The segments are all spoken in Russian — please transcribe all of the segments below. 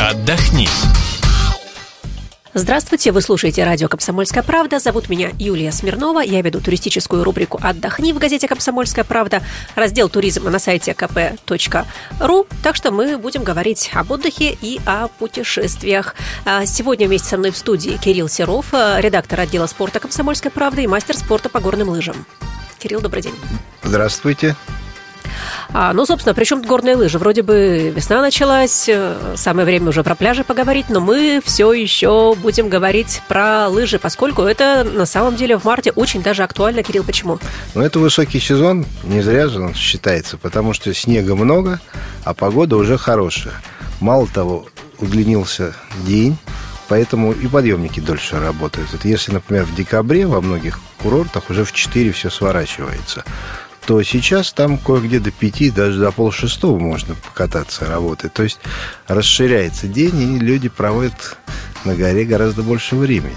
Отдохни. Здравствуйте, вы слушаете радио «Комсомольская правда». Зовут меня Юлия Смирнова. Я веду туристическую рубрику «Отдохни» в газете «Комсомольская правда», раздел туризма на сайте kp.ru. Так что мы будем говорить об отдыхе и о путешествиях. Сегодня вместе со мной в студии Кирилл Серов, редактор отдела спорта «Комсомольской правды» и мастер спорта по горным лыжам. Кирилл, добрый день. Здравствуйте. Собственно, при чем тут горные лыжи? Вроде бы весна началась, самое время уже про пляжи поговорить, но мы все еще будем говорить про лыжи, поскольку это на самом деле в марте очень даже актуально. Кирилл, почему? Это высокий сезон, не зря же он считается, потому что снега много, а погода уже хорошая. Мало того, удлинился день, поэтому и подъемники дольше работают. Если, например, в декабре во многих курортах уже в 4 все сворачивается, то сейчас там кое-где до 5, даже до 5:30 можно покататься, работать. То есть расширяется день, и люди проводят на горе гораздо больше времени.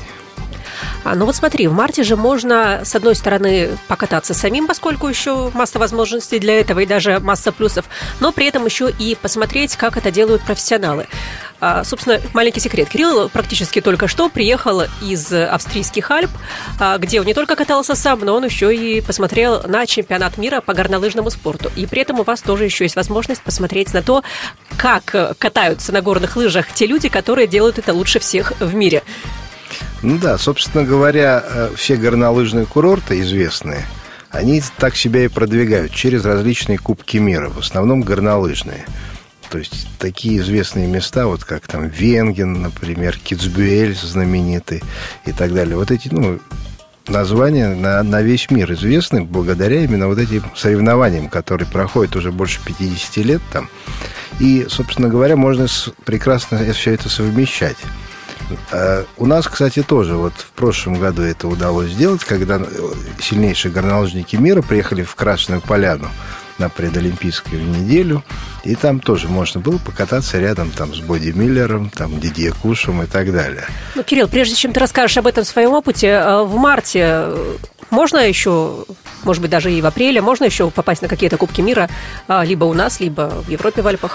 Смотри, в марте же можно, с одной стороны, покататься самим, поскольку еще масса возможностей для этого и даже масса плюсов, но при этом еще и посмотреть, как это делают профессионалы. Собственно, маленький секрет. Кирилл практически только что приехал из австрийских Альп, где он не только катался сам, но он еще и посмотрел на чемпионат мира по горнолыжному спорту. И при этом у вас тоже еще есть возможность посмотреть на то, как катаются на горных лыжах те люди, которые делают это лучше всех в мире. Собственно говоря, все горнолыжные курорты известные, они так себя и продвигают через различные кубки мира, в основном горнолыжные. То есть такие известные места, как там Венген, например, Кицбюэль знаменитый и так далее. Эти названия на весь мир известны благодаря именно этим соревнованиям, которые проходят уже больше 50 лет там. И, собственно говоря, можно прекрасно все это совмещать. У нас, кстати, тоже в прошлом году это удалось сделать, когда сильнейшие горнолыжники мира приехали в Красную Поляну на предолимпийскую неделю, и там тоже можно было покататься рядом с Боди Миллером, Дидье Кушем и так далее. Кирилл, прежде чем ты расскажешь об этом в своем опыте, в марте можно еще, может быть, даже и в апреле, можно еще попасть на какие-то Кубки мира, либо у нас, либо в Европе, в Альпах?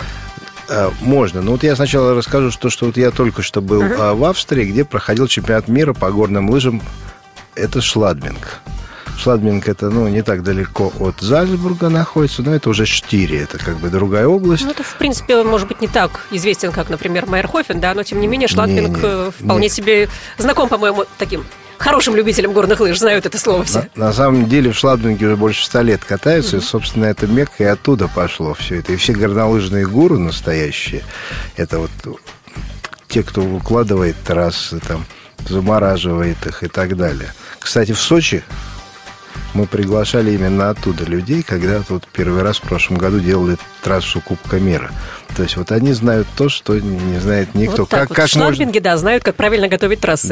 Можно. Я сначала расскажу, что я только что был в Австрии, где проходил чемпионат мира по горным лыжам. Это Шладминг. Шладминг это, не так далеко от Зальцбурга находится, но это уже Штири, это другая область. Это, в принципе, может быть, не так известен, как, например, Майерхофен, да, но, тем не менее, Шладминг вполне себе знаком, по-моему, таким хорошим любителям горных лыж, знают это слово все. На самом деле в Шладминге уже больше 100 лет катаются, и, собственно, это Мекка, и оттуда пошло все это. И все горнолыжные гуру настоящие, это те, кто укладывает трассы, замораживает их и так далее. Кстати, в Сочи мы приглашали именно оттуда людей, когда первый раз в прошлом году делали трассу Кубка мира. То есть они знают то, что не знает никто. В Шладминге, знают, как правильно готовить трассы.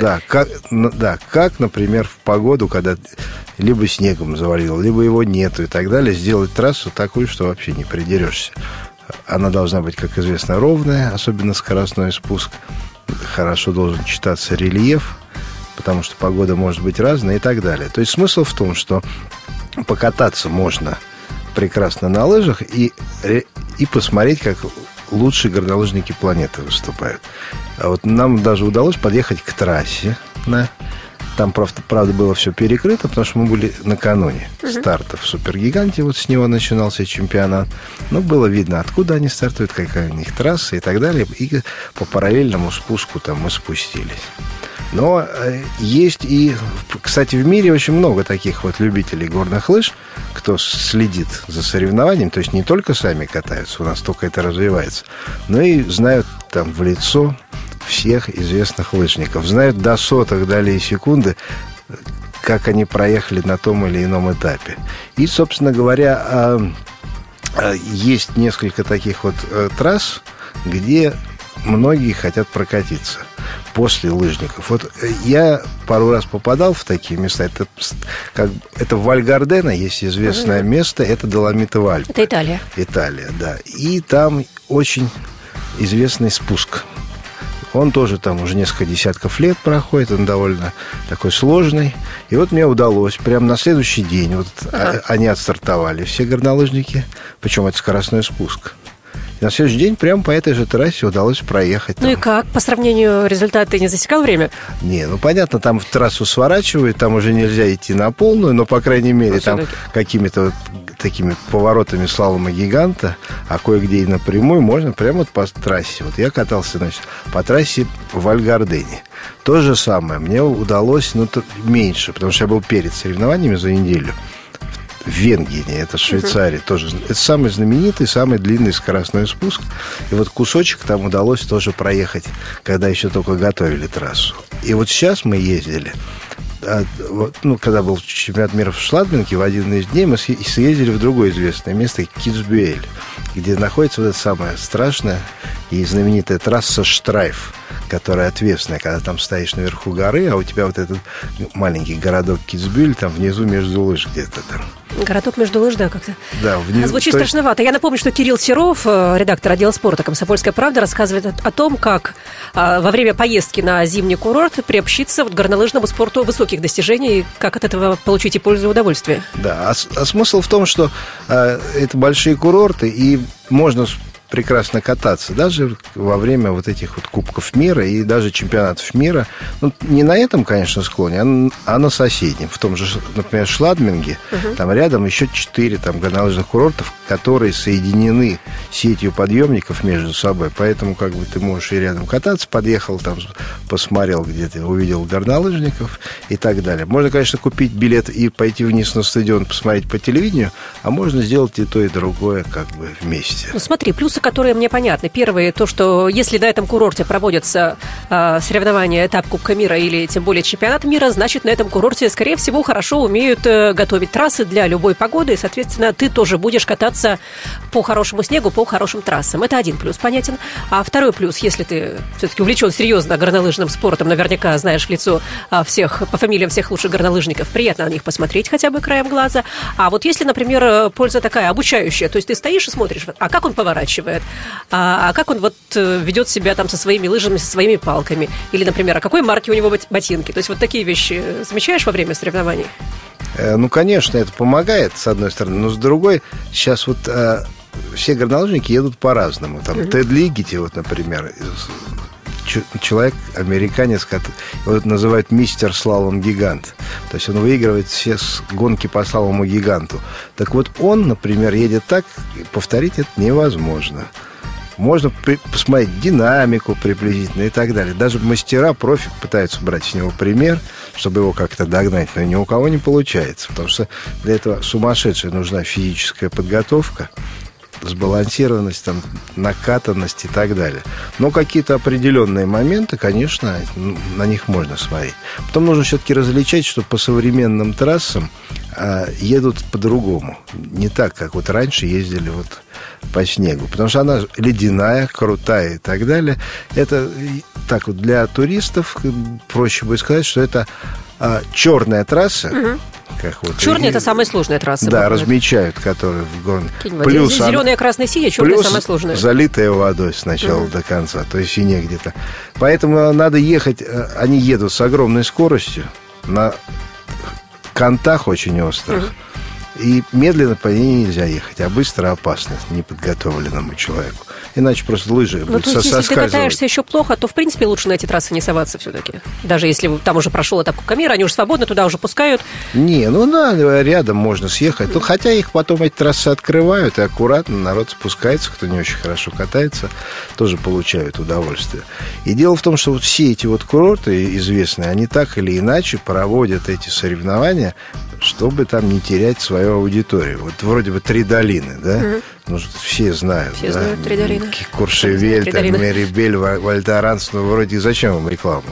Как, например, в погоду, когда либо снегом завалило, либо его нету и так далее, сделать трассу такую, что вообще не придерешься. Она должна быть, как известно, ровная, особенно скоростной спуск. Хорошо должен читаться рельеф, потому что погода может быть разная и так далее. То есть смысл в том, что покататься можно прекрасно на лыжах и посмотреть, как лучшие горнолыжники планеты выступают. Нам даже удалось подъехать к трассе. Там, правда, было все перекрыто, потому что мы были накануне старта в Супергиганте. С него начинался чемпионат. Но было видно, откуда они стартуют, какая у них трасса и так далее. И по параллельному спуску мы спустились. Но есть и, кстати, в мире очень много таких любителей горных лыж, кто следит за соревнованием, то есть не только сами катаются, у нас только это развивается, но и знают в лицо всех известных лыжников, знают до сотых долей секунды, как они проехали на том или ином этапе. И, собственно говоря, есть несколько таких трасс, где многие хотят прокатиться после лыжников. Я пару раз попадал в такие места. Это в Валь-Гардена есть известное место, это Доломитовые Альпы. Это Италия. Италия, да. И там очень известный спуск. Он тоже уже несколько десятков лет проходит, он довольно такой сложный. И мне удалось, прямо на следующий день, они отстартовали, все горнолыжники, причем это скоростной спуск. На следующий день прямо по этой же трассе удалось проехать. Ну и как? По сравнению результата ты не засекал время? Не, ну понятно, там в трассу сворачивают, там уже нельзя идти на полную, но, по крайней мере, там какими-то вот такими поворотами слалома гиганта, а кое-где и напрямую можно прямо вот по трассе. Вот я катался, значит, по трассе в Аль-Гардене. То же самое. Мне удалось, меньше, потому что я был перед соревнованиями за неделю в Венгене, это Швейцария, тоже. Это самый знаменитый, самый длинный скоростной спуск. И вот кусочек там удалось тоже проехать, когда еще только готовили трассу. И вот сейчас мы ездили, когда был чемпионат мира в Шладминге, в один из дней мы съездили в другое известное место, Китсбюэль, где находится вот эта самая страшная и знаменитая трасса Штрайф, которая ответственная, когда там стоишь наверху горы, а у тебя вот этот маленький городок Китсбюэль там внизу между лыж где-то там. Городок между лыж, да, как-то. Да, внизу. Звучит страшновато. Я напомню, что Кирилл Серов, редактор отдела спорта «Комсомольская правда», рассказывает о том, как во время поездки на зимний курорт приобщиться к горнолыжному спорту высоких достижений, как от этого получить и пользу и удовольствие. Да, а смысл в том, что это большие курорты, и можно прекрасно кататься, даже во время вот этих вот Кубков мира и даже чемпионатов мира. Ну, не на этом, конечно, склоне, а на соседнем. В том же, например, Шладминге, там рядом еще 4 горнолыжных курортов, которые соединены сетью подъемников между собой. Поэтому как бы ты можешь и рядом кататься, подъехал там, посмотрел где-то, увидел горнолыжников и так далее. Можно, конечно, купить билет и пойти вниз на стадион, посмотреть по телевидению, а можно сделать и то, и другое как бы вместе. Ну, смотри, плюсы, которые мне понятны. Первое, то, что если на этом курорте проводятся соревнования, этап Кубка мира или тем более чемпионат мира, значит, на этом курорте, скорее всего, хорошо умеют готовить трассы для любой погоды, и, соответственно, ты тоже будешь кататься по хорошему снегу, по хорошим трассам. Это один плюс, понятен. А второй плюс, если ты все-таки увлечен серьезно горнолыжным спортом, наверняка знаешь в лицо всех, по фамилиям всех лучших горнолыжников, приятно на них посмотреть хотя бы краем глаза. А вот если, например, польза такая обучающая, то есть ты стоишь и смотришь, а как он поворачивает, а как он вот ведет себя там со своими лыжами, со своими палками, или, например, а какой марки у него ботинки, то есть вот такие вещи замечаешь во время соревнований? Ну, конечно, это помогает, с одной стороны, но с другой, сейчас вот все горнолыжники едут по-разному. Там Тед Лиггити, вот, например, человек, американец, его называют мистер слалом-гигант. То есть он выигрывает все гонки по слалому-гиганту. Так вот, он, например, едет так, повторить это невозможно. Можно посмотреть динамику приблизительно и так далее. Даже мастера, профи пытаются брать с него пример, чтобы его как-то догнать, но ни у кого не получается, потому что для этого сумасшедшая нужна физическая подготовка, сбалансированность, там, накатанность и так далее. Но какие-то определенные моменты, конечно, на них можно смотреть. Потом нужно все-таки различать, что по современным трассам едут по-другому. Не так, как вот раньше ездили вот по снегу. Потому что она ледяная, крутая и так далее. Это так вот для туристов проще будет сказать, что это черная трасса. Вот. Черная – это самая сложная трасса. Да, размечают, которые в гон. Плюс зеленая, красная, синяя, черная самая сложная. Залитая водой с начала до конца, то есть и не где-то. Поэтому надо ехать, они едут с огромной скоростью, на кантах очень острых. И медленно по ней нельзя ехать, а быстро опасно неподготовленному человеку. Иначе просто лыжи будут соскальзывать. Если ты катаешься еще плохо, то, в принципе, лучше на эти трассы не соваться все-таки. Даже если там уже прошел этап Кубка мира, они уже свободно туда уже пускают. Не, ну да, рядом можно съехать. Хотя их потом эти трассы открывают, и аккуратно народ спускается, кто не очень хорошо катается, тоже получают удовольствие. И дело в том, что вот все эти вот курорты известные, они так или иначе проводят эти соревнования, чтобы там не терять свою аудиторию. Вот вроде бы «Три долины», да? Ну, все знают. Все знают «Три долины». Куршевель, Мерибель, Вальдоранс. Ну, вроде зачем им реклама?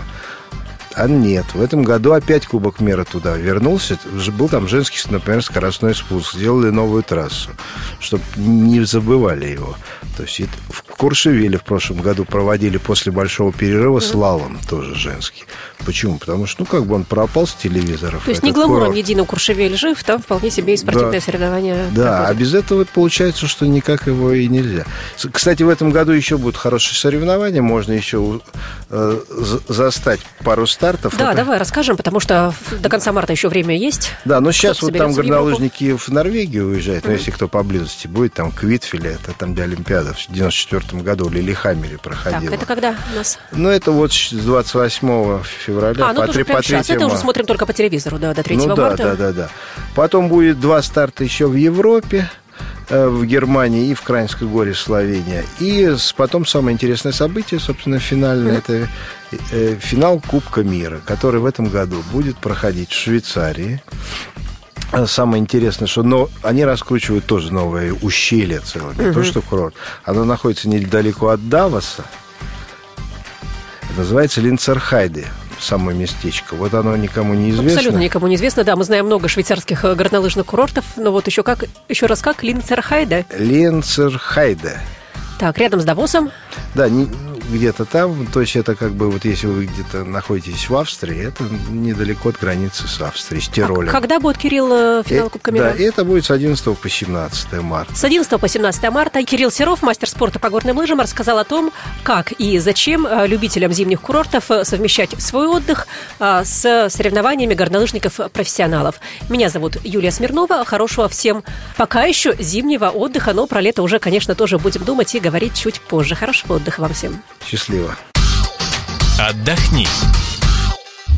А нет. В этом году опять Кубок мира туда вернулся. Был там женский, например, скоростной спуск. Сделали новую трассу, чтобы не забывали его. То есть Куршевеле в прошлом году проводили после большого перерыва слалом тоже женский. Почему? Потому что, он пропал с телевизоров. То есть не гламуром единый Куршевель жив, там вполне себе и спортивное соревнование Да, проходит. А без этого получается, что никак его и нельзя. Кстати, в этом году еще будут хорошие соревнования, можно еще застать пару стартов. Да, давай расскажем, потому что до конца марта еще время есть. Да, но сейчас там горнолыжники в Норвегию уезжают, если кто поблизости будет, там Квитфеле, это там где Олимпиада в 94 году в Лилихаммере проходила. Так, это когда у нас? Это с 28 февраля по 3 марта. Это уже смотрим только по телевизору, до 3 марта. Да. Потом будет 2 старта еще в Европе, в Германии и в Краньской горе, Словения. И потом самое интересное событие, собственно, финальное, это финал Кубка мира, который в этом году будет проходить в Швейцарии. Самое интересное, что они раскручивают тоже новое ущелье целое, не то что курорт. Оно находится недалеко от Давоса. Называется Линцерхайде. Самое местечко. Вот оно никому не известно. Абсолютно никому не известно. Да, мы знаем много швейцарских горнолыжных курортов. Но вот еще раз как? Линцерхайде? Линцерхайде. Так, рядом с Давосом? Да, где-то там. То есть это если вы где-то находитесь в Австрии, это недалеко от границы с Австрией, с Тиролем. Когда будет, Кирилл, финал Кубка мира? Да, это будет с 11 по 17 марта. С 11 по 17 марта Кирилл Серов, мастер спорта по горным лыжам, рассказал о том, как и зачем любителям зимних курортов совмещать свой отдых с соревнованиями горнолыжников-профессионалов. Меня зовут Юлия Смирнова. Хорошего всем пока еще зимнего отдыха, но про лето уже, конечно, тоже будем думать и говорить чуть позже. Хорошего отдыха вам всем. Счастливо. Отдохни.